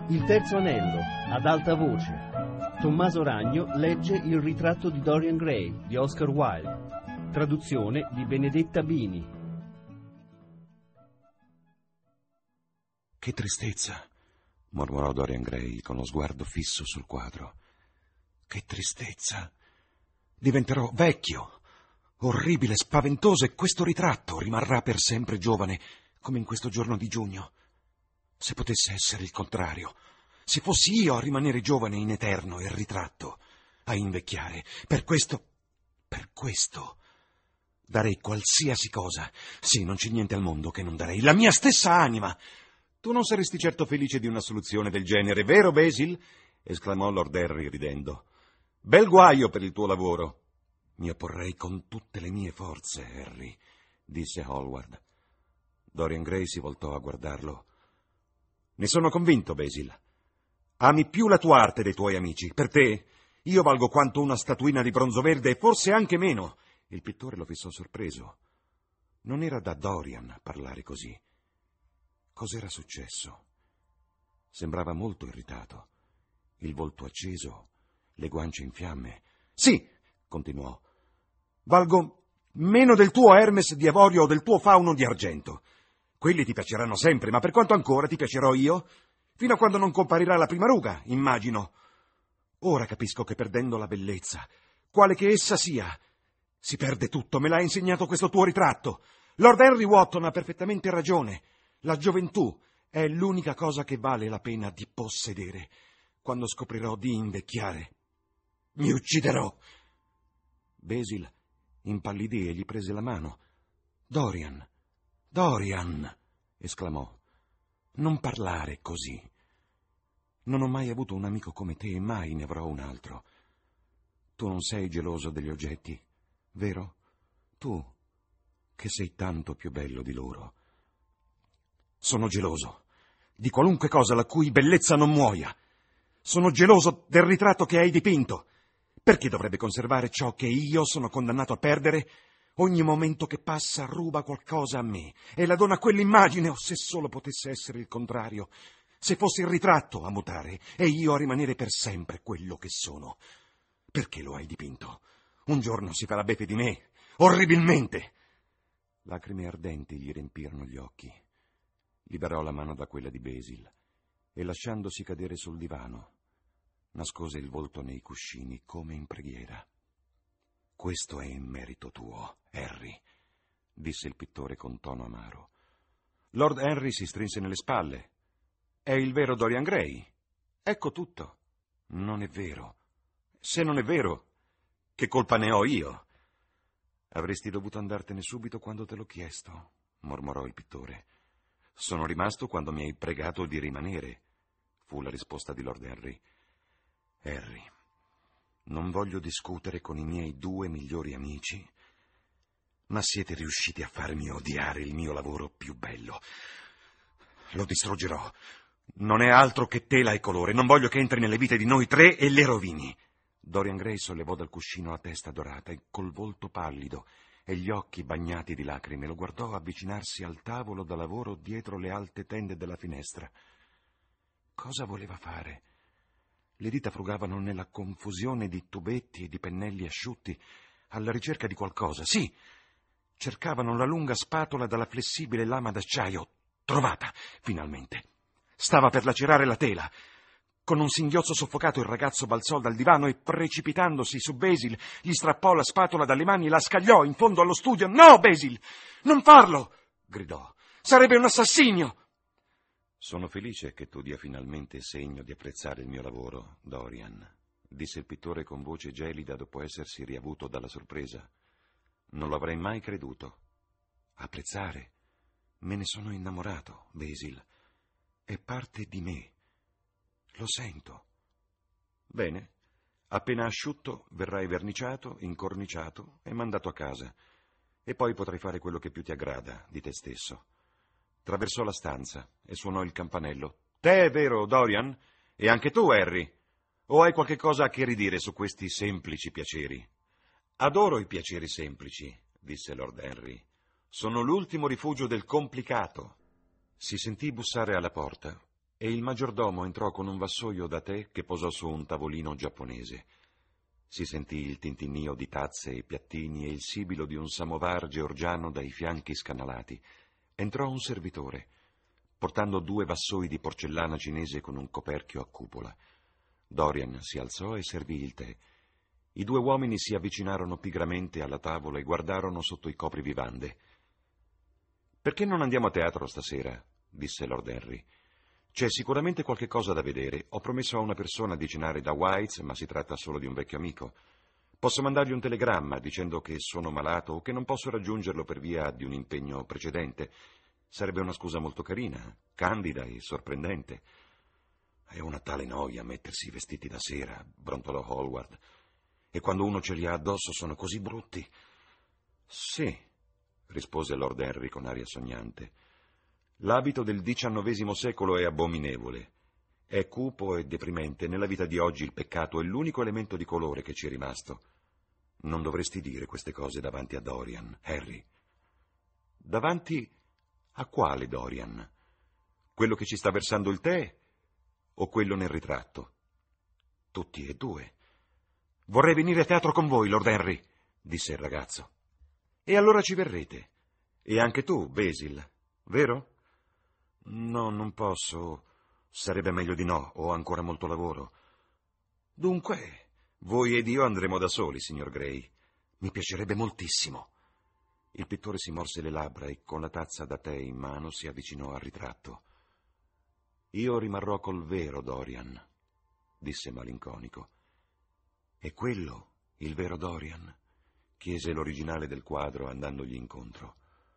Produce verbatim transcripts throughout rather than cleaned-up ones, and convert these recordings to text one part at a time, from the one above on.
Il terzo anello, ad alta voce. Tommaso Ragno legge Il ritratto di Dorian Gray di Oscar Wilde. Traduzione di Benedetta Bini. Che tristezza, mormorò Dorian Gray con lo sguardo fisso sul quadro. Che tristezza. Diventerò vecchio, orribile, spaventoso, e questo ritratto rimarrà per sempre giovane, come in questo giorno di giugno. Se potesse essere il contrario, se fossi io a rimanere giovane in eterno e il ritratto a invecchiare, per questo, per questo, darei qualsiasi cosa. Sì, non c'è niente al mondo che non darei, la mia stessa anima. Tu non saresti certo felice di una soluzione del genere, vero, Basil? Esclamò Lord Henry ridendo. Bel guaio per il tuo lavoro. Mi opporrei con tutte le mie forze, Harry, disse Hallward. Dorian Gray si voltò a guardarlo. Ne sono convinto, Basil. Ami più la tua arte dei tuoi amici. Per te, io valgo quanto una statuina di bronzo verde e forse anche meno. Il pittore lo fissò sorpreso. Non era da Dorian parlare così. Cos'era successo? Sembrava molto irritato. Il volto acceso, le guance in fiamme. Sì, continuò. Valgo meno del tuo Hermes di avorio o del tuo Fauno di argento. Quelli ti piaceranno sempre, ma per quanto ancora ti piacerò io? Fino a quando non comparirà la prima ruga, immagino. Ora capisco che perdendo la bellezza, quale che essa sia, si perde tutto. Me l'ha insegnato questo tuo ritratto. Lord Henry Wotton ha perfettamente ragione. La gioventù è l'unica cosa che vale la pena di possedere. Quando scoprirò di invecchiare, mi ucciderò. Basil impallidì e gli prese la mano. Dorian, Dorian, esclamò, non parlare così. Non ho mai avuto un amico come te e mai ne avrò un altro. Tu non sei geloso degli oggetti, vero? Tu, che sei tanto più bello di loro. Sono geloso di qualunque cosa la cui bellezza non muoia. Sono geloso del ritratto che hai dipinto. Perché dovrebbe conservare ciò che io sono condannato a perdere? Ogni momento che passa ruba qualcosa a me e la dona quell'immagine, o se solo potesse essere il contrario, se fosse il ritratto a mutare e io a rimanere per sempre quello che sono. Perché lo hai dipinto? Un giorno si farà beffe di me, orribilmente. Lacrime ardenti gli riempirono gli occhi. Liberò la mano da quella di Basil e, lasciandosi cadere sul divano, nascose il volto nei cuscini come in preghiera. Questo è in merito tuo, Harry, disse il pittore con tono amaro. Lord Henry si strinse nelle spalle. È il vero Dorian Gray. Ecco tutto. Non è vero. Se non è vero, che colpa ne ho io? Avresti dovuto andartene subito quando te l'ho chiesto, mormorò il pittore. Sono rimasto quando mi hai pregato di rimanere, fu la risposta di Lord Henry. Harry, non voglio discutere con i miei due migliori amici, ma siete riusciti a farmi odiare il mio lavoro più bello. Lo distruggerò. Non è altro che tela e colore. Non voglio che entri nelle vite di noi tre e le rovini. Dorian Gray sollevò dal cuscino la testa dorata e col volto pallido e gli occhi bagnati di lacrime lo guardò avvicinarsi al tavolo da lavoro dietro le alte tende della finestra. Cosa voleva fare? Le dita frugavano nella confusione di tubetti e di pennelli asciutti, alla ricerca di qualcosa. Sì, cercavano la lunga spatola dalla flessibile lama d'acciaio. Trovata, finalmente. Stava per lacerare la tela. Con un singhiozzo soffocato il ragazzo balzò dal divano e, precipitandosi su Basil, gli strappò la spatola dalle mani e la scagliò in fondo allo studio. «No, Basil! Non farlo!» gridò. «Sarebbe un assassinio!» «Sono felice che tu dia finalmente segno di apprezzare il mio lavoro, Dorian», disse il pittore con voce gelida dopo essersi riavuto dalla sorpresa. «Non lo avrei mai creduto. Apprezzare? Me ne sono innamorato, Basil. È parte di me. Lo sento». «Bene. Appena asciutto verrai verniciato, incorniciato e mandato a casa. E poi potrai fare quello che più ti aggrada di te stesso». Traversò la stanza e suonò il campanello. «Te è vero, Dorian? E anche tu, Harry? O hai qualche cosa che ridire su questi semplici piaceri?» «Adoro i piaceri semplici», disse Lord Henry. «Sono l'ultimo rifugio del complicato». Si sentì bussare alla porta e il maggiordomo entrò con un vassoio da tè che posò su un tavolino giapponese. Si sentì il tintinnio di tazze e piattini e il sibilo di un samovar georgiano dai fianchi scanalati. Entrò un servitore, portando due vassoi di porcellana cinese con un coperchio a cupola. Dorian si alzò e servì il tè. I due uomini si avvicinarono pigramente alla tavola e guardarono sotto i coprivivande. «Perché non andiamo a teatro stasera?» disse Lord Henry. «C'è sicuramente qualche cosa da vedere. Ho promesso a una persona di cenare da White's, ma si tratta solo di un vecchio amico. Posso mandargli un telegramma dicendo che sono malato o che non posso raggiungerlo per via di un impegno precedente. Sarebbe una scusa molto carina, candida e sorprendente». «È una tale noia mettersi i vestiti da sera», brontolò Hallward. «E quando uno ce li ha addosso sono così brutti». «Sì», rispose Lord Henry con aria sognante. «L'abito del diciannovesimo secolo è abominevole. È cupo e deprimente. Nella vita di oggi il peccato è l'unico elemento di colore che ci è rimasto. Non dovresti dire queste cose davanti a Dorian, Harry». «Davanti a quale Dorian? Quello che ci sta versando il tè o quello nel ritratto?» «Tutti e due». «Vorrei venire a teatro con voi, Lord Henry», disse il ragazzo. «E allora ci verrete. E anche tu, Basil, vero?» «No, non posso. Sarebbe meglio di no, ho ancora molto lavoro». «Dunque, voi ed io andremo da soli, signor Gray. Mi piacerebbe moltissimo». Il pittore si morse le labbra e con la tazza da tè in mano si avvicinò al ritratto. «Io rimarrò col vero Dorian», disse malinconico. «È quello il vero Dorian?» chiese l'originale del quadro andandogli incontro.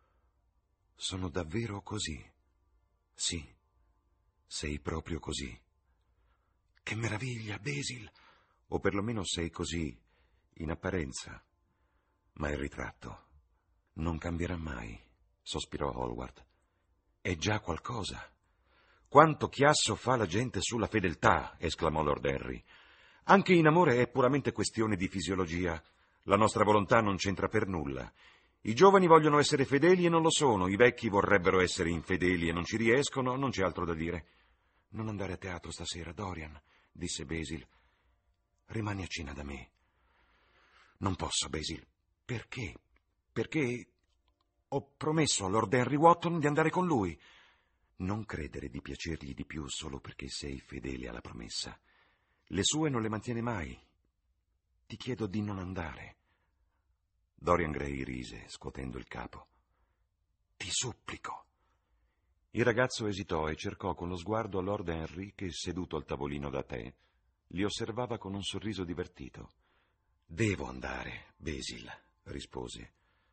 «Sono davvero così?» «Sì, sei proprio così». «Che meraviglia, Basil!» «O perlomeno sei così, in apparenza. Ma il ritratto non cambierà mai», sospirò Hallward. «È già qualcosa». «Quanto chiasso fa la gente sulla fedeltà!» esclamò Lord Henry. «Anche in amore è puramente questione di fisiologia. La nostra volontà non c'entra per nulla. I giovani vogliono essere fedeli e non lo sono, i vecchi vorrebbero essere infedeli e non ci riescono, non c'è altro da dire». «Non andare a teatro stasera, Dorian», disse Basil. «Rimani a cena da me». «Non posso, Basil». «Perché?» «Perché ho promesso a Lord Henry Wotton di andare con lui». «Non credere di piacergli di più solo perché sei fedele alla promessa. Le sue non le mantiene mai. Ti chiedo di non andare». Dorian Gray rise, scuotendo il capo. «Ti supplico». Il ragazzo esitò e cercò con lo sguardo Lord Henry che, seduto al tavolino da tè, li osservava con un sorriso divertito. «Devo andare, Basil», rispose.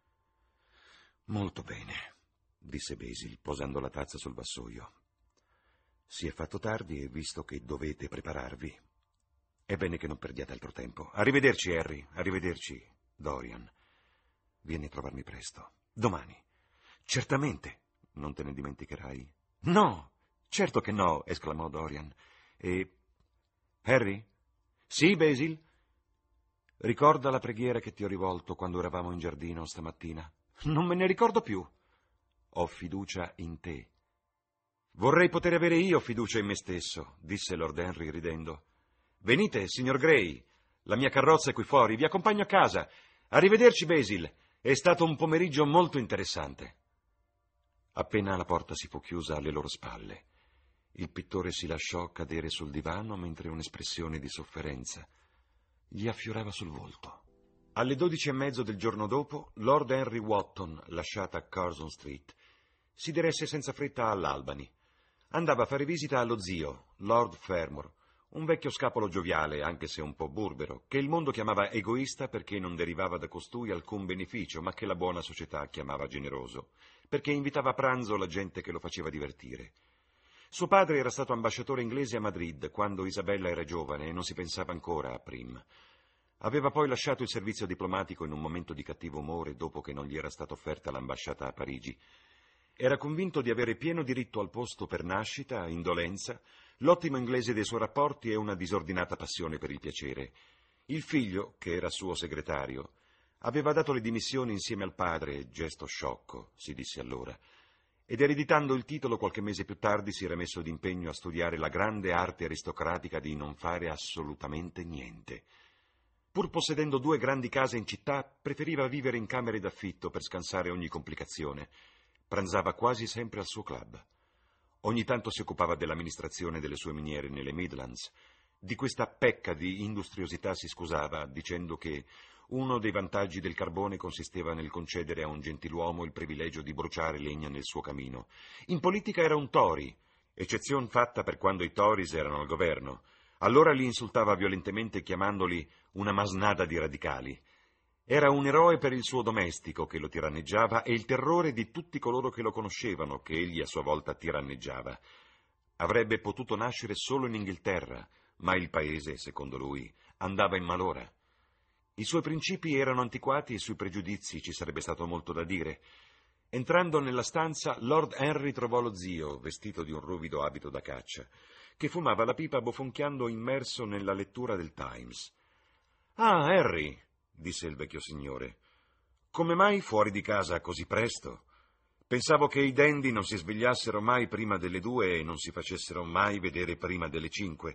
«Molto bene», disse Basil, posando la tazza sul vassoio. «Si è fatto tardi e visto che dovete prepararvi, è bene che non perdiate altro tempo. Arrivederci, Harry, arrivederci, Dorian. Vieni a trovarmi presto. Domani». «Certamente. Non te ne dimenticherai?» «No, certo che no», esclamò Dorian. «E... Harry?» «Sì, Basil?» «Ricorda la preghiera che ti ho rivolto quando eravamo in giardino stamattina?» «Non me ne ricordo più». «Ho fiducia in te». «Vorrei poter avere io fiducia in me stesso», disse Lord Henry ridendo. «Venite, signor Gray. La mia carrozza è qui fuori. Vi accompagno a casa. Arrivederci, Basil. È stato un pomeriggio molto interessante». Appena la porta si fu chiusa alle loro spalle, il pittore si lasciò cadere sul divano mentre un'espressione di sofferenza gli affiorava sul volto. Alle dodici e mezzo del giorno dopo, Lord Henry Wotton, lasciata Curzon Street, si diresse senza fretta all'Albany. Andava a fare visita allo zio, Lord Fermor, un vecchio scapolo gioviale, anche se un po' burbero, che il mondo chiamava egoista perché non derivava da costui alcun beneficio, ma che la buona società chiamava generoso, perché invitava a pranzo la gente che lo faceva divertire. Suo padre era stato ambasciatore inglese a Madrid quando Isabella era giovane e non si pensava ancora a Prim. Aveva poi lasciato il servizio diplomatico in un momento di cattivo umore dopo che non gli era stata offerta l'ambasciata a Parigi. Era convinto di avere pieno diritto al posto per nascita, indolenza, l'ottimo inglese dei suoi rapporti e una disordinata passione per il piacere. Il figlio, che era suo segretario, aveva dato le dimissioni insieme al padre, gesto sciocco, si disse allora, ed ereditando il titolo qualche mese più tardi si era messo d'impegno a studiare la grande arte aristocratica di non fare assolutamente niente. Pur possedendo due grandi case in città, preferiva vivere in camere d'affitto per scansare ogni complicazione. Pranzava quasi sempre al suo club. Ogni tanto si occupava dell'amministrazione delle sue miniere nelle Midlands. Di questa pecca di industriosità si scusava, dicendo che uno dei vantaggi del carbone consisteva nel concedere a un gentiluomo il privilegio di bruciare legna nel suo camino. In politica era un Tory, eccezione fatta per quando i Tories erano al governo. Allora li insultava violentemente chiamandoli una masnada di radicali. Era un eroe per il suo domestico che lo tiranneggiava e il terrore di tutti coloro che lo conoscevano, che egli a sua volta tiranneggiava. Avrebbe potuto nascere solo in Inghilterra, ma il paese, secondo lui, andava in malora. I suoi principi erano antiquati e sui pregiudizi ci sarebbe stato molto da dire. Entrando nella stanza, Lord Henry trovò lo zio, vestito di un ruvido abito da caccia, che fumava la pipa bofonchiando immerso nella lettura del Times. «Ah, Harry», disse il vecchio signore, «come mai fuori di casa così presto? Pensavo che i dandy non si svegliassero mai prima delle due e non si facessero mai vedere prima delle cinque».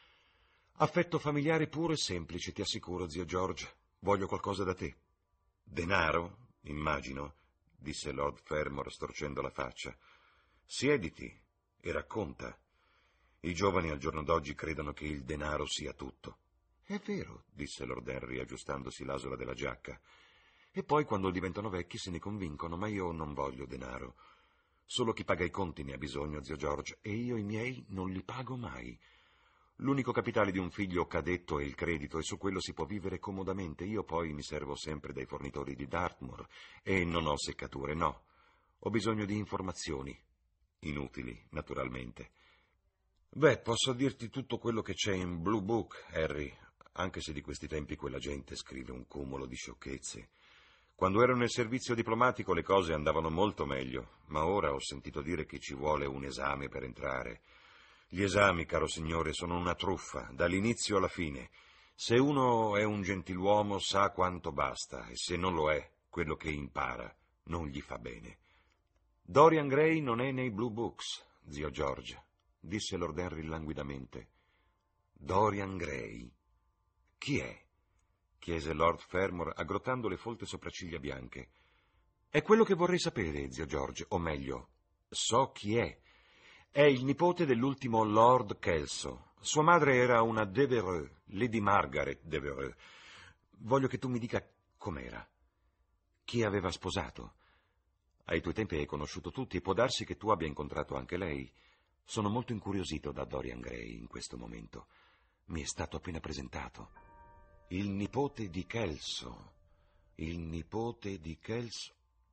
«Affetto familiare puro e semplice, ti assicuro, zio George. Voglio qualcosa da te». «Denaro, immagino», disse Lord Fermor storcendo la faccia. «Siediti e racconta. I giovani al giorno d'oggi credono che il denaro sia tutto». «È vero», disse Lord Henry aggiustandosi l'asola della giacca. «E poi quando diventano vecchi se ne convincono, ma io non voglio denaro. Solo chi paga i conti ne ha bisogno, zio George, e io i miei non li pago mai. L'unico capitale di un figlio cadetto è il credito e su quello si può vivere comodamente. Io poi mi servo sempre dai fornitori di Dartmoor e non ho seccature, no. Ho bisogno di informazioni. Inutili, naturalmente». «Beh, posso dirti tutto quello che c'è in Blue Book, Harry, anche se di questi tempi quella gente scrive un cumulo di sciocchezze. Quando ero nel servizio diplomatico le cose andavano molto meglio, ma ora ho sentito dire che ci vuole un esame per entrare. Gli esami, caro signore, sono una truffa, dall'inizio alla fine. Se uno è un gentiluomo sa quanto basta, e se non lo è, quello che impara non gli fa bene». «Dorian Gray non è nei Blue Books, zio George», disse Lord Henry languidamente. «Dorian Gray? Chi è?» chiese Lord Fermor, aggrottando le folte sopracciglia bianche. «È quello che vorrei sapere, zio George, o meglio, so chi è. È il nipote dell'ultimo Lord Kelso. Sua madre era una Devereux, Lady Margaret Devereux. Voglio che tu mi dica com'era. Chi aveva sposato? Ai tuoi tempi hai conosciuto tutti e può darsi che tu abbia incontrato anche lei. Sono molto incuriosito da Dorian Gray in questo momento. Mi è stato appena presentato. Il nipote di Kelso. Il nipote di Kelso.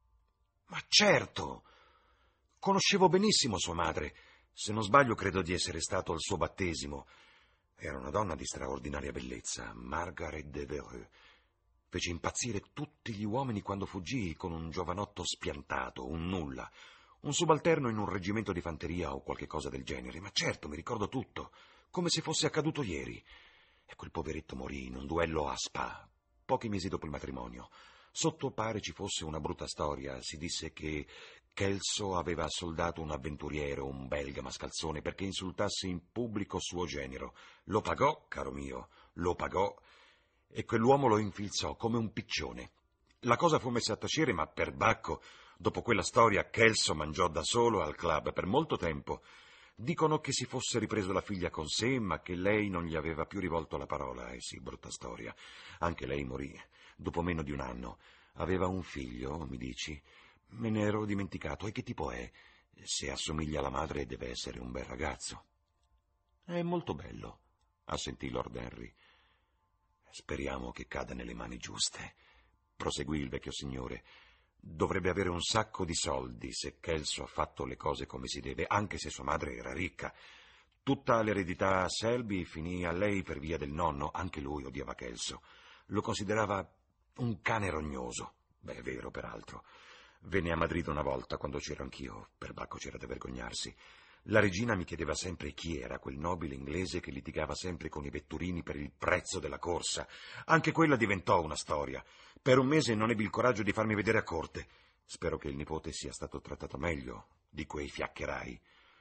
Ma certo! Conoscevo benissimo sua madre. Se non sbaglio credo di essere stato al suo battesimo. Era una donna di straordinaria bellezza, Margaret Devereux. Fece impazzire tutti gli uomini quando fuggì con un giovanotto spiantato, un nulla, un subalterno in un reggimento di fanteria o qualche cosa del genere. Ma certo, mi ricordo tutto, come se fosse accaduto ieri. E quel poveretto morì in un duello a Spa, pochi mesi dopo il matrimonio. Sotto pare ci fosse una brutta storia. Si disse che Kelso aveva assoldato un avventuriero, un belga mascalzone, perché insultasse in pubblico suo genero. Lo pagò, caro mio, lo pagò, e quell'uomo lo infilzò come un piccione. La cosa fu messa a tacere, ma per Bacco, dopo quella storia, Kelso mangiò da solo al club per molto tempo. Dicono che si fosse ripreso la figlia con sé, ma che lei non gli aveva più rivolto la parola. Eh sì, brutta storia. Anche lei morì dopo meno di un anno. Aveva un figlio, mi dici? Me ne ero dimenticato. E che tipo è? Se assomiglia alla madre deve essere un bel ragazzo. È molto bello, assentì Lord Henry. Speriamo che cada nelle mani giuste, proseguì il vecchio signore. Dovrebbe avere un sacco di soldi se Kelso ha fatto le cose come si deve, anche se sua madre era ricca. Tutta l'eredità a Selby finì a lei per via del nonno. Anche lui odiava Kelso. Lo considerava un cane rognoso. Beh, è vero, peraltro. Venne a Madrid una volta, quando c'ero anch'io. Per Bacco c'era da vergognarsi. La regina mi chiedeva sempre chi era quel nobile inglese che litigava sempre con i vetturini per il prezzo della corsa. Anche quella diventò una storia. Per un mese non ebbi il coraggio di farmi vedere a corte. Spero che il nipote sia stato trattato meglio di quei fiaccherai.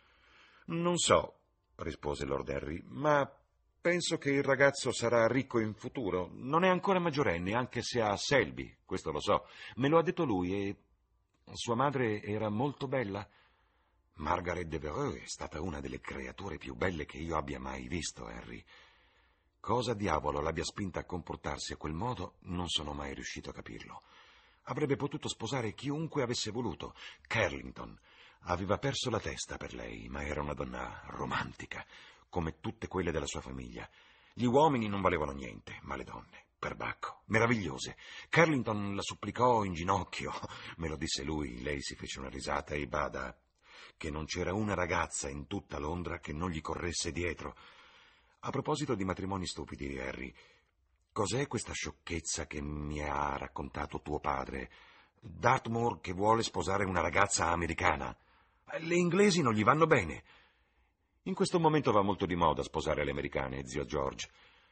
Non so, rispose Lord Henry, ma penso che il ragazzo sarà ricco in futuro. Non è ancora maggiorenne, anche se ha Selby, questo lo so. Me lo ha detto lui e sua madre era molto bella. Margaret Devereux è stata una delle creature più belle che io abbia mai visto, Henry. Cosa diavolo l'abbia spinta a comportarsi a quel modo, non sono mai riuscito a capirlo. Avrebbe potuto sposare chiunque avesse voluto. Carlington aveva perso la testa per lei, ma era una donna romantica, come tutte quelle della sua famiglia. Gli uomini non valevano niente, ma le donne, perbacco, meravigliose. Carlington la supplicò in ginocchio, me lo disse lui, lei si fece una risata e bada che non c'era una ragazza in tutta Londra che non gli corresse dietro. A proposito di matrimoni stupidi, Harry, cos'è questa sciocchezza che mi ha raccontato tuo padre? Dartmoor che vuole sposare una ragazza americana. Le inglesi non gli vanno bene. In questo momento va molto di moda sposare le americane, zio George.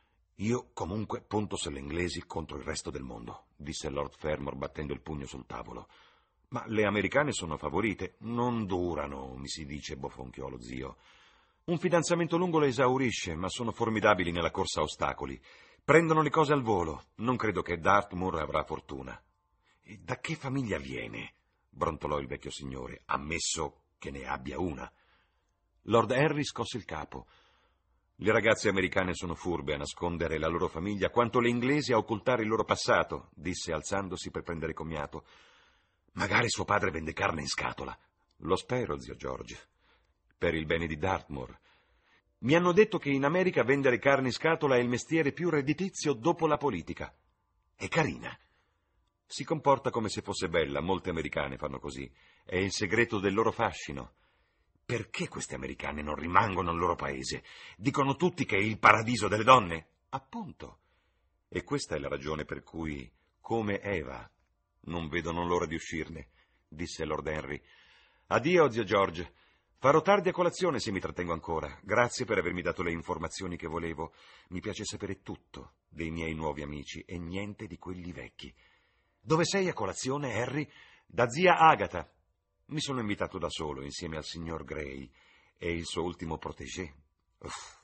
Io comunque punto sulle inglesi contro il resto del mondo, disse Lord Fermor battendo il pugno sul tavolo. Ma le americane sono favorite, non durano, mi si dice, bofonchiò lo zio. Un fidanzamento lungo le esaurisce, ma sono formidabili nella corsa a ostacoli. Prendono le cose al volo. Non credo che Dartmoor avrà fortuna. E da che famiglia viene? Brontolò il vecchio signore, ammesso che ne abbia una. Lord Henry scosse il capo. Le ragazze americane sono furbe a nascondere la loro famiglia, quanto le inglesi a occultare il loro passato, disse alzandosi per prendere commiato. Magari suo padre vende carne in scatola. Lo spero, zio George. Per il bene di Dartmoor. Mi hanno detto che in America vendere carne in scatola è il mestiere più redditizio dopo la politica. È carina. Si comporta come se fosse bella, molte americane fanno così. È il segreto del loro fascino. Perché queste americane non rimangono al loro paese? Dicono tutti che è il paradiso delle donne. Appunto. E questa è la ragione per cui, come Eva, non vedono l'ora di uscirne, disse Lord Henry. Addio, zio George. Farò tardi a colazione se mi trattengo ancora. Grazie per avermi dato le informazioni che volevo. Mi piace sapere tutto dei miei nuovi amici e niente di quelli vecchi. Dove sei a colazione, Harry? Da zia Agatha. Mi sono invitato da solo, insieme al signor Gray e il suo ultimo protégé. Uff.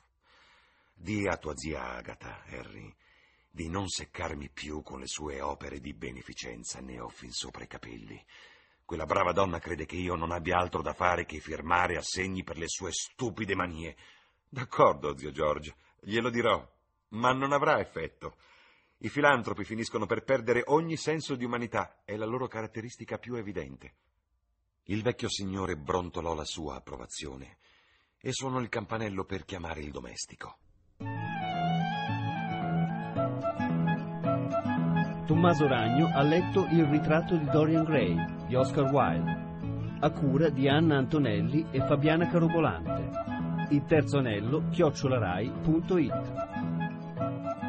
Dì a tua zia Agatha, Harry, di non seccarmi più con le sue opere di beneficenza, ne ho fin sopra i capelli. Quella brava donna crede che io non abbia altro da fare che firmare assegni per le sue stupide manie. D'accordo, zio George, glielo dirò, ma non avrà effetto. I filantropi finiscono per perdere ogni senso di umanità, è la loro caratteristica più evidente. Il vecchio signore brontolò la sua approvazione e suonò il campanello per chiamare il domestico. Tommaso Ragno ha letto Il ritratto di Dorian Gray di Oscar Wilde, a cura di Anna Antonelli e Fabiana Carobolante. Il terzo anello, chiocciolarai punto it.